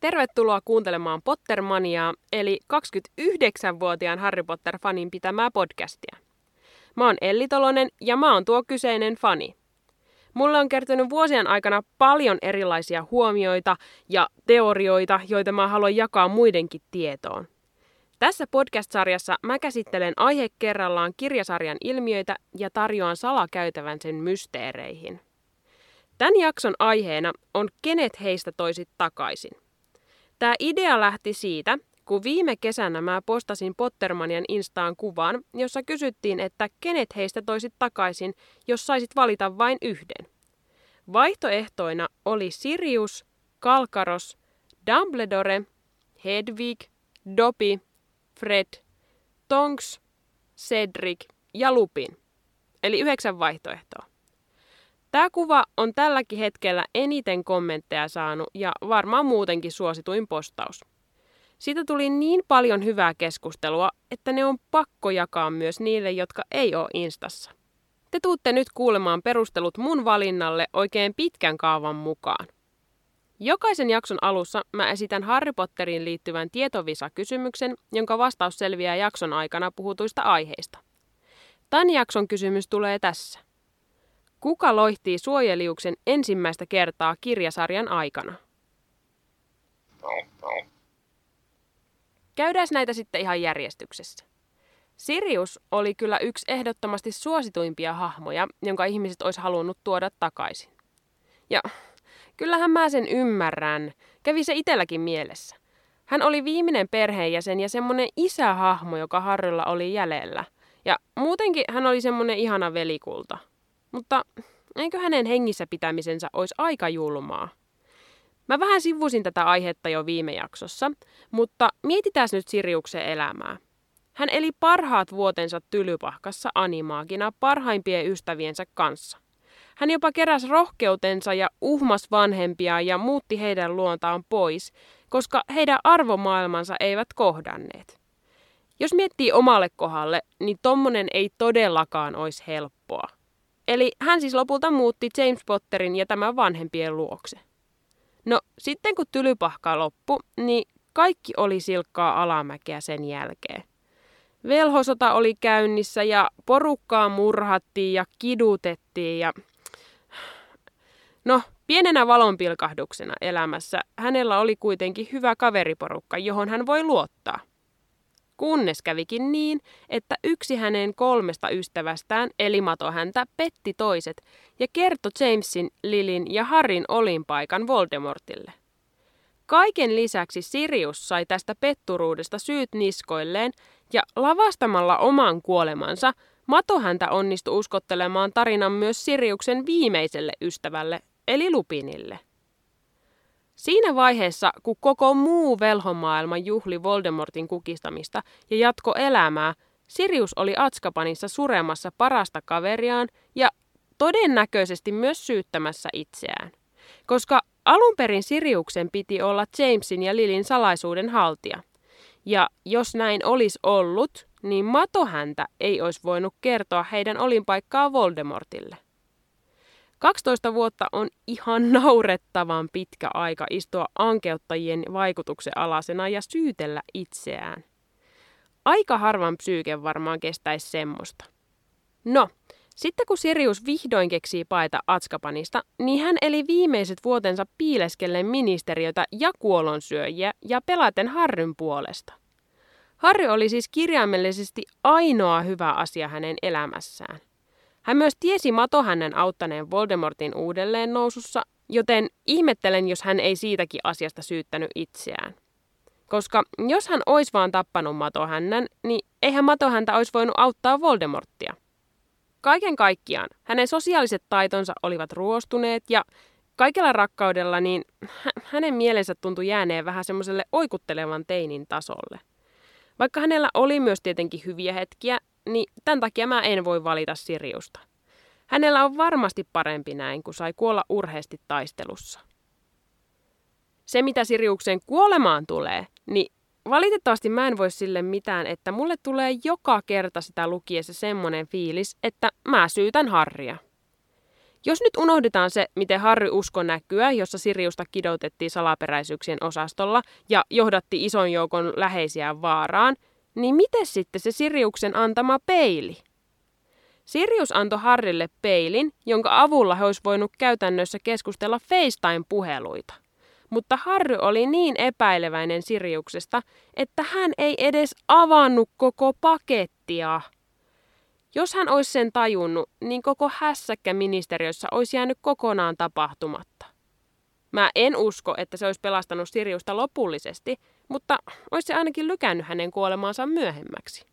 Tervetuloa kuuntelemaan Pottermaniaa, eli 29-vuotiaan Harry Potter-fanin pitämää podcastia. Mä oon Elli Tolonen ja mä oon tuo kyseinen fani. Mulle on kertynyt vuosien aikana paljon erilaisia huomioita ja teorioita, joita mä haluan jakaa muidenkin tietoon. Tässä podcast-sarjassa mä käsittelen aihe kerrallaan kirjasarjan ilmiöitä ja tarjoan salakäytävän sen mysteereihin. Tämän jakson aiheena on Kenet heistä toisit takaisin. Tämä idea lähti siitä, kun viime kesänä mä postasin Pottermanian Instaan kuvan, jossa kysyttiin, että kenet heistä toisit takaisin, jos saisit valita vain yhden. Vaihtoehtoina oli Sirius, Kalkaros, Dumbledore, Hedwig, Dobby, Fred, Tonks, Cedric ja Lupin. Eli 9 vaihtoehtoa. Tämä kuva on tälläkin hetkellä eniten kommentteja saanut ja varmaan muutenkin suosituin postaus. Siitä tuli niin paljon hyvää keskustelua, että ne on pakko jakaa myös niille, jotka ei ole Instassa. Te tuutte nyt kuulemaan perustelut mun valinnalle oikein pitkän kaavan mukaan. Jokaisen jakson alussa mä esitän Harry Potteriin liittyvän tietovisa-kysymyksen, jonka vastaus selviää jakson aikana puhutuista aiheista. Tämän jakson kysymys tulee tässä. Kuka loihtii suojeliuksen ensimmäistä kertaa kirjasarjan aikana? Käydään näitä sitten ihan järjestyksessä. Sirius oli kyllä yksi ehdottomasti suosituimpia hahmoja, jonka ihmiset olisi halunnut tuoda takaisin. Ja kyllähän mä sen ymmärrän. Kävi se itselläkin mielessä. Hän oli viimeinen perheenjäsen ja semmoinen isähahmo, joka Harrylla oli jäljellä. Ja muutenkin hän oli semmoinen ihana velikulta. Mutta eikö hänen hengissä pitämisensä olisi aika julmaa? Mä vähän sivusin tätä aihetta jo viime jaksossa, mutta mietitään nyt Siriuksen elämää. Hän eli parhaat vuotensa Tylypahkassa animaagina parhaimpien ystäviensä kanssa. Hän jopa keräsi rohkeutensa ja uhmas vanhempia ja muutti heidän luontaan pois, koska heidän arvomaailmansa eivät kohdanneet. Jos miettii omalle kohdalle, niin tommonen ei todellakaan olisi helppoa. Eli hän siis lopulta muutti James Potterin ja tämän vanhempien luokse. No sitten kun Tylypahka loppui, niin kaikki oli silkkaa alamäkeä sen jälkeen. Velhosota oli käynnissä ja porukkaa murhattiin ja kidutettiin ja... No, pienenä valonpilkahduksena elämässä hänellä oli kuitenkin hyvä kaveriporukka, johon hän voi luottaa. Kunnes kävikin niin, että yksi hänen 3 ystävästään, eli Matohäntä, petti toiset ja kertoi Jamesin, Lilyn ja Harryn olinpaikan Voldemortille. Kaiken lisäksi Sirius sai tästä petturuudesta syyt niskoilleen ja lavastamalla oman kuolemansa Matohäntä onnistui uskottelemaan tarinan myös Siriuksen viimeiselle ystävälle, eli Lupinille. Siinä vaiheessa, kun koko muu velhomaailma juhli Voldemortin kukistamista ja jatko elämää, Sirius oli Azkabanissa suremassa parasta kaveriaan ja todennäköisesti myös syyttämässä itseään. Koska alun perin Siriuksen piti olla Jamesin ja Lilyn salaisuuden haltija. Ja jos näin olisi ollut, niin Matohäntä ei olisi voinut kertoa heidän olinpaikkaa Voldemortille. 12 vuotta on ihan naurettavan pitkä aika istua ankeuttajien vaikutuksen alasena ja syytellä itseään. Aika harvan psyyke varmaan kestäisi semmoista. No, sitten kun Sirius vihdoin keksii paeta Azkabanista, niin hän eli viimeiset vuotensa piileskellen ministeriötä ja kuolonsyöjiä ja pelaten Harryn puolesta. Harry oli siis kirjaimellisesti ainoa hyvä asia hänen elämässään. Hän myös tiesi Matohännän auttaneen Voldemortin uudelleen nousussa, joten ihmettelen, jos hän ei siitäkin asiasta syyttänyt itseään. Koska jos hän olisi vaan tappanut Matohännän, niin eihän Matohäntä olisi voinut auttaa Voldemorttia. Kaiken kaikkiaan hänen sosiaaliset taitonsa olivat ruostuneet ja kaikella rakkaudella niin hänen mielensä tuntui jääneen vähän semmoiselle oikuttelevan teinin tasolle. Vaikka hänellä oli myös tietenkin hyviä hetkiä, niin tämän takia mä en voi valita Siriusta. Hänellä on varmasti parempi näin, kun sai kuolla urheasti taistelussa. Se, mitä Siriuksen kuolemaan tulee, niin valitettavasti mä en voi sille mitään, että mulle tulee joka kerta sitä lukiessa semmoinen fiilis, että mä syytän Harrya. Jos nyt unohdetaan se, miten Harry uskoi näkyä, jossa Siriusta kidotettiin salaperäisyyksien osastolla ja johdatti ison joukon läheisiä vaaraan, niin miten sitten se Siriuksen antama peili? Sirius antoi Harrylle peilin, jonka avulla he olisi voinut käytännössä keskustella FaceTime-puheluita. Mutta Harry oli niin epäileväinen Siriuksesta, että hän ei edes avannut koko pakettia. Jos hän olisi sen tajunnut, niin koko hässäkkä ministeriössä olisi jäänyt kokonaan tapahtumatta. Mä en usko, että se olisi pelastanut Siriusta lopullisesti, mutta olisi se ainakin lykännyt hänen kuolemaansa myöhemmäksi.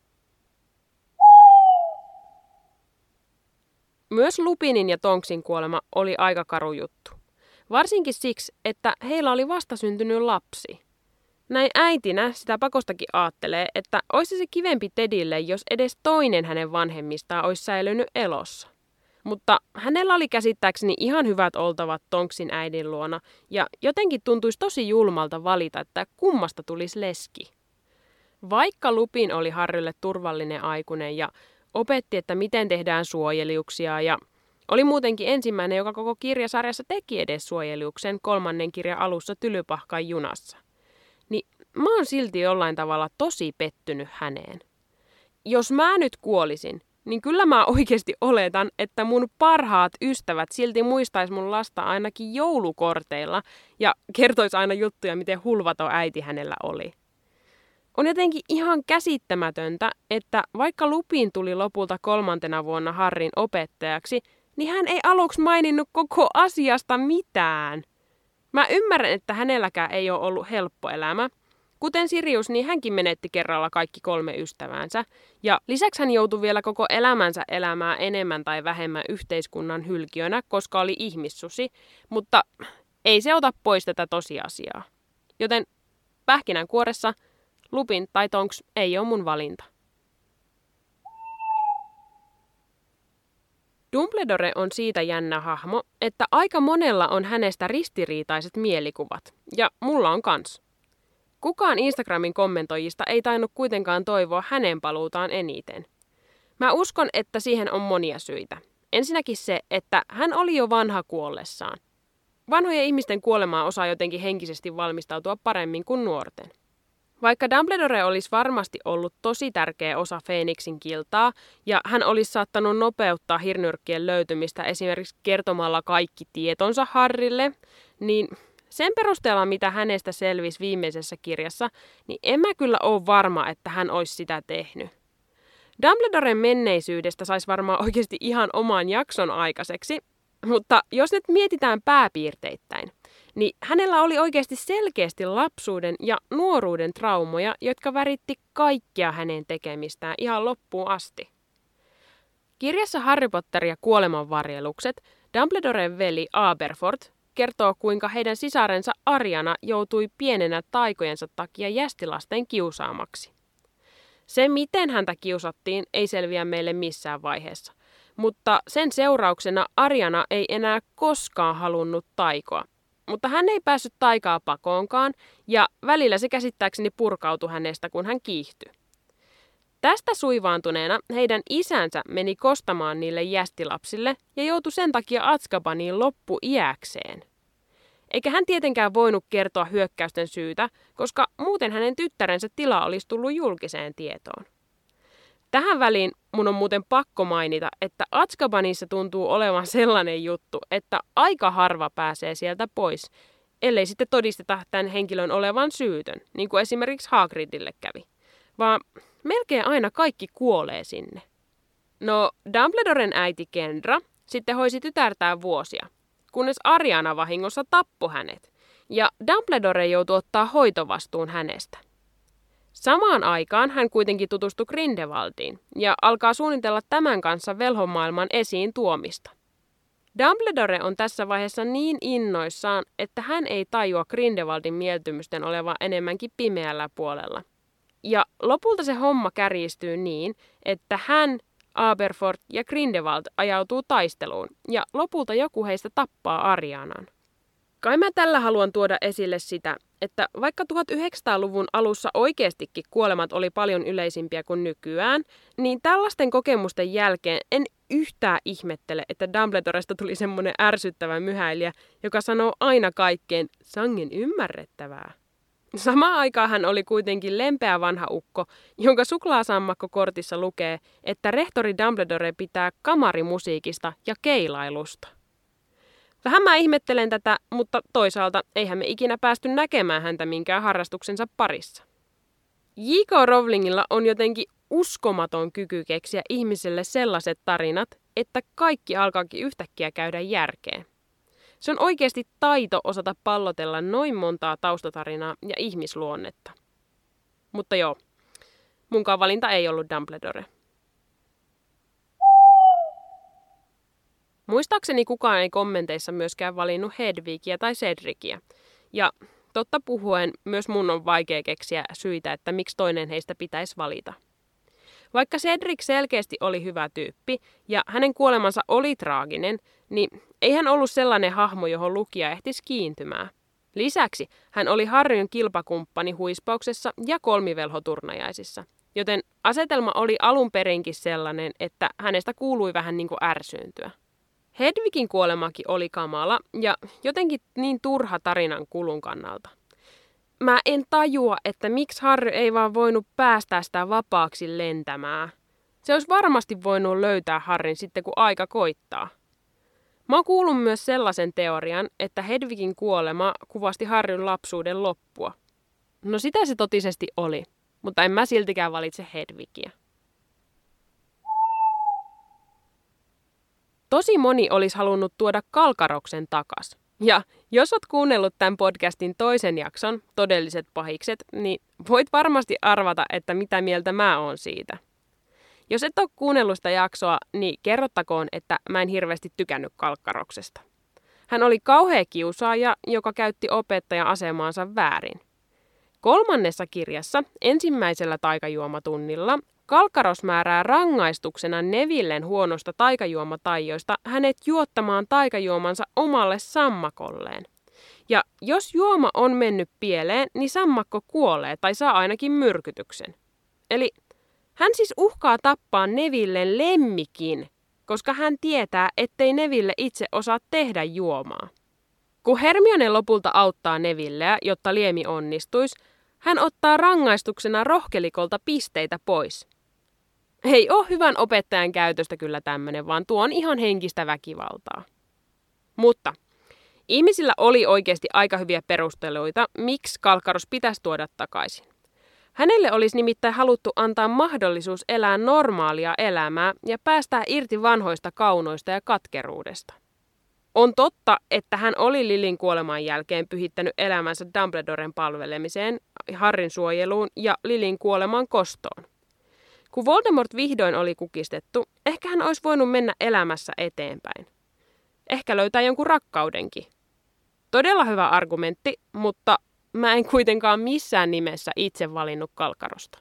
Myös Lupinin ja Tonksin kuolema oli aika karu juttu. Varsinkin siksi, että heillä oli vastasyntynyt lapsi. Näin äitinä sitä pakostakin aattelee, että olisi se kivempi Tedille, jos edes toinen hänen vanhemmistaan olisi säilynyt elossa. Mutta hänellä oli käsittääkseni ihan hyvät oltavat Tonksin äidin luona, ja jotenkin tuntuisi tosi julmalta valita, että kummasta tulisi leski. Vaikka Lupin oli Harrylle turvallinen aikuinen ja opetti, että miten tehdään suojeliuksia ja oli muutenkin ensimmäinen, joka koko kirjasarjassa teki edes suojeliuksen 3. kirjan alussa Tylypahkan junassa. Niin mä oon silti jollain tavalla tosi pettynyt häneen. Jos mä nyt kuolisin, niin kyllä mä oikeasti oletan, että mun parhaat ystävät silti muistais mun lasta ainakin joulukorteilla ja kertois aina juttuja, miten hulvaton äiti hänellä oli. On jotenkin ihan käsittämätöntä, että vaikka Lupin tuli lopulta 3. vuonna Harryn opettajaksi, niin hän ei aluksi maininnut koko asiasta mitään. Mä ymmärrän, että hänelläkään ei ole ollut helppo elämä. Kuten Sirius, niin hänkin menetti kerralla kaikki 3 ystäväänsä. Ja lisäksi hän joutui vielä koko elämänsä elämään enemmän tai vähemmän yhteiskunnan hylkiönä, koska oli ihmissusi. Mutta ei se ota pois tätä tosiasiaa. Joten pähkinänkuoressa Lupin tai Tonks ei ole mun valinta. Dumbledore on siitä jännä hahmo, että aika monella on hänestä ristiriitaiset mielikuvat. Ja mulla on kans. Kukaan Instagramin kommentoijista ei tainnut kuitenkaan toivoa hänen paluutaan eniten. Mä uskon, että siihen on monia syitä. Ensinnäkin se, että hän oli jo vanha kuollessaan. Vanhojen ihmisten kuolemaan osaa jotenkin henkisesti valmistautua paremmin kuin nuorten. Vaikka Dumbledore olisi varmasti ollut tosi tärkeä osa Feeniksin kiltaa, ja hän olisi saattanut nopeuttaa hirnyrkkien löytymistä esimerkiksi kertomalla kaikki tietonsa Harrylle, niin sen perusteella, mitä hänestä selvisi viimeisessä kirjassa, niin en mä kyllä ole varma, että hän olisi sitä tehnyt. Dumbledoren menneisyydestä saisi varmaan oikeasti ihan oman jakson aikaiseksi, mutta jos nyt mietitään pääpiirteittäin, niin hänellä oli oikeasti selkeästi lapsuuden ja nuoruuden traumoja, jotka väritti kaikkia hänen tekemistään ihan loppuun asti. Kirjassa Harry Potter ja kuolemanvarjelukset Dumbledoren veli Aberforth kertoo, kuinka heidän sisarensa Ariana joutui pienenä taikojensa takia jästilasten kiusaamaksi. Se, miten häntä kiusattiin, ei selviä meille missään vaiheessa, mutta sen seurauksena Ariana ei enää koskaan halunnut taikoa. Mutta hän ei päässyt taikaa pakoonkaan, ja välillä se käsittääkseni purkautui hänestä, kun hän kiihtyi. Tästä suivaantuneena heidän isänsä meni kostamaan niille jästilapsille ja joutui sen takia Azkabaniin loppuiäkseen. Eikä hän tietenkään voinut kertoa hyökkäysten syytä, koska muuten hänen tyttärensä tila olisi tullut julkiseen tietoon. Tähän väliin mun on muuten pakko mainita, että Azkabanissa tuntuu olevan sellainen juttu, että aika harva pääsee sieltä pois, ellei sitten todisteta tämän henkilön olevan syytön, niin kuin esimerkiksi Hagridille kävi. Vaan melkein aina kaikki kuolee sinne. No, Dumbledoren äiti Kendra sitten hoisi tytärtään vuosia, kunnes Ariana vahingossa tappoi hänet, ja Dumbledore joutui ottaa hoitovastuun hänestä. Samaan aikaan hän kuitenkin tutustui Grindelwaldiin ja alkaa suunnitella tämän kanssa velhomaailman esiin tuomista. Dumbledore on tässä vaiheessa niin innoissaan, että hän ei tajua Grindelwaldin mieltymysten olevan enemmänkin pimeällä puolella. Ja lopulta se homma kärjistyy niin, että hän, Aberforth ja Grindelwald ajautuu taisteluun ja lopulta joku heistä tappaa Arianan. Kai mä tällä haluan tuoda esille sitä, että vaikka 1900-luvun alussa oikeastikin kuolemat oli paljon yleisimpiä kuin nykyään, niin tällaisten kokemusten jälkeen en yhtään ihmettele, että Dumbledoresta tuli semmoinen ärsyttävä myhäilijä, joka sanoo aina kaikkeen sangen ymmärrettävää. Samaan aikaan hän oli kuitenkin lempeä vanha ukko, jonka suklaasammakkokortissa lukee, että rehtori Dumbledore pitää kamarimusiikista ja keilailusta. Vähän mä ihmettelen tätä, mutta toisaalta eihän me ikinä päästy näkemään häntä minkään harrastuksensa parissa. J.K. Rowlingilla on jotenkin uskomaton kyky keksiä ihmiselle sellaiset tarinat, että kaikki alkaakin yhtäkkiä käydä järkeen. Se on oikeasti taito osata pallotella noin montaa taustatarinaa ja ihmisluonnetta. Mutta joo, munkaan valinta ei ollut Dumbledore. Muistaakseni kukaan ei kommenteissa myöskään valinnut Hedvigia tai Cedriciä. Ja totta puhuen, myös mun on vaikea keksiä syitä, että miksi toinen heistä pitäisi valita. Vaikka Cedric selkeästi oli hyvä tyyppi ja hänen kuolemansa oli traaginen, niin ei hän ollut sellainen hahmo, johon lukija ehtisi kiintymään. Lisäksi hän oli Harryn kilpakumppani huispauksessa ja kolmivelhoturnajaisissa, joten asetelma oli alun perinkin sellainen, että hänestä kuului vähän niin kuin ärsyyntyä. Hedwigin kuolemakin oli kamala ja jotenkin niin turha tarinan kulun kannalta. Mä en tajua, että miksi Harry ei vaan voinut päästää sitä vapaaksi lentämään. Se olisi varmasti voinut löytää Harryn sitten, kun aika koittaa. Mä oon kuullut myös sellaisen teorian, että Hedwigin kuolema kuvasti Harryn lapsuuden loppua. No sitä se totisesti oli, mutta en mä siltikään valitse Hedwigia. Tosi moni olisi halunnut tuoda Kalkaroksen takas. Ja jos oot kuunnellut tämän podcastin toisen jakson, Todelliset pahikset, niin voit varmasti arvata, että mitä mieltä mä oon siitä. Jos et ole kuunnellut sitä jaksoa, niin kerrottakoon, että mä en hirveästi tykännyt Kalkkaroksesta. Hän oli kauhea kiusaaja, joka käytti opettajan asemaansa väärin. 3. kirjassa, ensimmäisellä taikajuomatunnilla, Kalkkaros määrää rangaistuksena Nevillen huonosta taikajuomataijoista hänet juottamaan taikajuomansa omalle sammakolleen. Ja jos juoma on mennyt pieleen, niin sammakko kuolee tai saa ainakin myrkytyksen. Eli hän siis uhkaa tappaa Nevillen lemmikin, koska hän tietää, ettei Neville itse osaa tehdä juomaa. Kun Hermione lopulta auttaa Nevilleä, jotta liemi onnistuisi, hän ottaa rangaistuksena rohkelikolta pisteitä pois. Ei ole hyvän opettajan käytöstä kyllä tämmöinen, vaan tuo on ihan henkistä väkivaltaa. Mutta ihmisillä oli oikeasti aika hyviä perusteluita, miksi Kalkkaros pitäisi tuoda takaisin. Hänelle olisi nimittäin haluttu antaa mahdollisuus elää normaalia elämää ja päästää irti vanhoista kaunoista ja katkeruudesta. On totta, että hän oli Lilyn kuoleman jälkeen pyhittänyt elämänsä Dumbledoren palvelemiseen, Harryn suojeluun ja Lilyn kuoleman kostoon. Kun Voldemort vihdoin oli kukistettu, ehkä hän olisi voinut mennä elämässä eteenpäin. Ehkä löytää jonkun rakkaudenkin. Todella hyvä argumentti, mutta mä en kuitenkaan missään nimessä itse valinnut Kalkkarosta.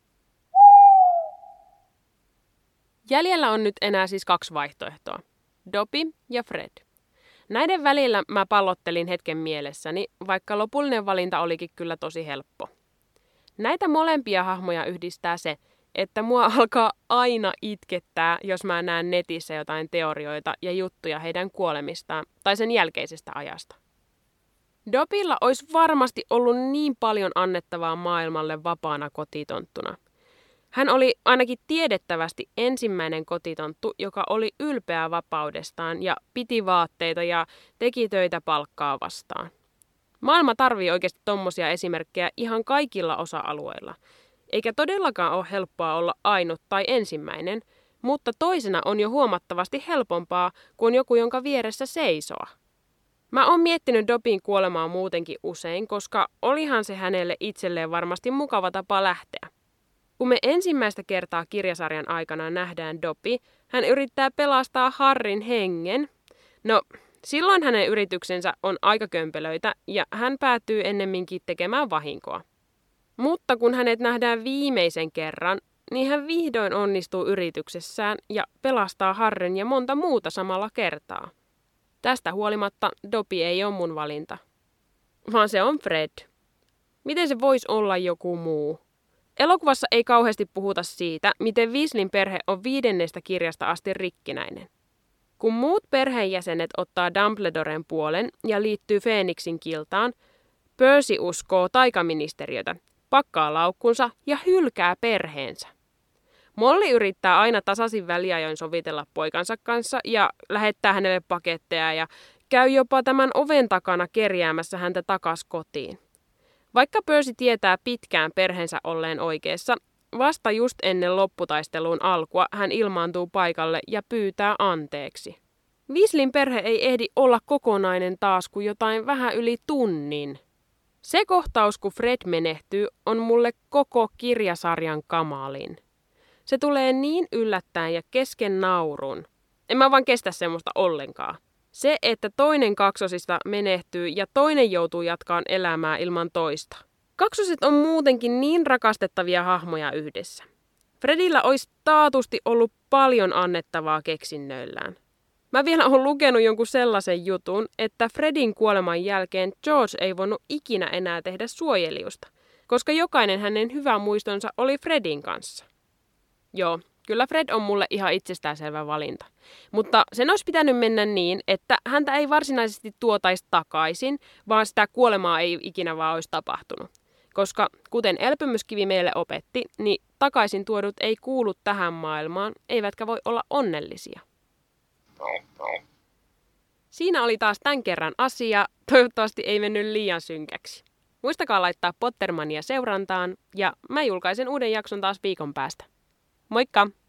Jäljellä on nyt enää siis 2 vaihtoehtoa. Dobby ja Fred. Näiden välillä mä pallottelin hetken mielessäni, vaikka lopullinen valinta olikin kyllä tosi helppo. Näitä molempia hahmoja yhdistää se, että mua alkaa aina itkettää, jos mä näen netissä jotain teorioita ja juttuja heidän kuolemistaan tai sen jälkeisestä ajasta. Dobbylla olisi varmasti ollut niin paljon annettavaa maailmalle vapaana kotitonttuna. Hän oli ainakin tiedettävästi ensimmäinen kotitonttu, joka oli ylpeä vapaudestaan ja piti vaatteita ja teki töitä palkkaa vastaan. Maailma tarvii oikeasti tommosia esimerkkejä ihan kaikilla osa-alueilla. Eikä todellakaan ole helppoa olla ainut tai ensimmäinen, mutta toisena on jo huomattavasti helpompaa kuin joku, jonka vieressä seisoa. Mä oon miettinyt Dobbyn kuolemaa muutenkin usein, koska olihan se hänelle itselleen varmasti mukava tapa lähteä. Kun me ensimmäistä kertaa kirjasarjan aikana nähdään Dobby, hän yrittää pelastaa Harryn hengen. No, silloin hänen yrityksensä on aika kömpelöitä ja hän päätyy ennemminkin tekemään vahinkoa. Mutta kun hänet nähdään viimeisen kerran, niin hän vihdoin onnistuu yrityksessään ja pelastaa Harryn ja monta muuta samalla kertaa. Tästä huolimatta Dobby ei ole mun valinta, vaan se on Fred. Miten se voisi olla joku muu? Elokuvassa ei kauheasti puhuta siitä, miten Weasleyn perhe on 5. kirjasta asti rikkinäinen. Kun muut perheenjäsenet ottaa Dumbledoren puolen ja liittyy Feeniksin kiltaan, Percy uskoo taikaministeriötä, pakkaa laukkunsa ja hylkää perheensä. Molly yrittää aina tasaisin väliajoin sovitella poikansa kanssa ja lähettää hänelle paketteja ja käy jopa tämän oven takana kerjäämässä häntä takas kotiin. Vaikka Percy tietää pitkään perheensä olleen oikeassa, vasta just ennen lopputaistelun alkua hän ilmaantuu paikalle ja pyytää anteeksi. Weasleyn perhe ei ehdi olla kokonainen taas kuin jotain vähän yli tunnin. Se kohtaus, kun Fred menehtyy, on mulle koko kirjasarjan kamalin. Se tulee niin yllättäen ja kesken naurun. En mä vaan kestä semmoista ollenkaan. Se, että toinen kaksosista menehtyy ja toinen joutuu jatkaan elämää ilman toista. Kaksoset on muutenkin niin rakastettavia hahmoja yhdessä. Fredillä olisi taatusti ollut paljon annettavaa keksinnöillään. Mä vielä olen lukenut jonkun sellaisen jutun, että Fredin kuoleman jälkeen George ei voinut ikinä enää tehdä suojelijusta, koska jokainen hänen hyvä muistonsa oli Fredin kanssa. Joo, kyllä Fred on mulle ihan itsestäänselvä valinta. Mutta sen olisi pitänyt mennä niin, että häntä ei varsinaisesti tuotaisi takaisin, vaan sitä kuolemaa ei ikinä vaan olisi tapahtunut. Koska kuten elpymyskivi meille opetti, niin takaisin tuodut ei kuulu tähän maailmaan, eivätkä voi olla onnellisia. Siinä oli taas tämän kerran asia. Toivottavasti ei mennyt liian synkäksi. Muistakaa laittaa Pottermania seurantaan ja mä julkaisen uuden jakson taas viikon päästä. Moikka!